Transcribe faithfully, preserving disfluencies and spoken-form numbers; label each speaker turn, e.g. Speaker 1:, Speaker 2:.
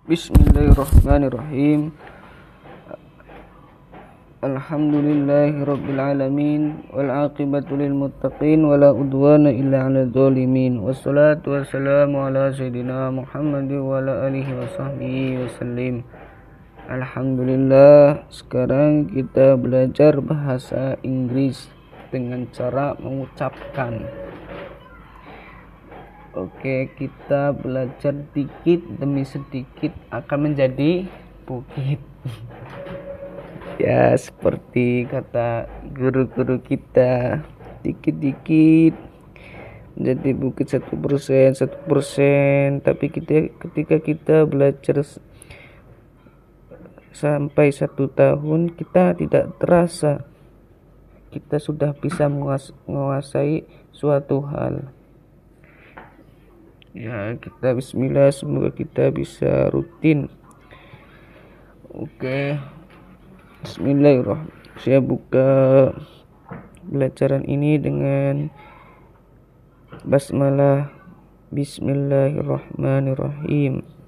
Speaker 1: Bismillahirrahmanirrahim. Alhamdulillahirabbil alamin wal aqibatu lil muttaqin wala udwana illa 'alal zalimin. Wassalatu wassalamu ala sayidina Muhammad wa ala alihi washabbihi wasallim. Alhamdulillah, sekarang kita belajar bahasa Inggris dengan cara mengucapkan. Oke, kita belajar dikit demi sedikit akan menjadi bukit. Ya, seperti kata guru-guru kita, dikit-dikit menjadi bukit satu persen, satu persen. Tapi kita ketika kita belajar sampai satu tahun, kita tidak terasa kita sudah bisa menguasai suatu hal. Ya, kita bismillah, semoga kita bisa rutin. Oke, bismillahirrahmanirrahim. Saya buka pelajaran ini dengan basmalah. Bismillahirrahmanirrahim.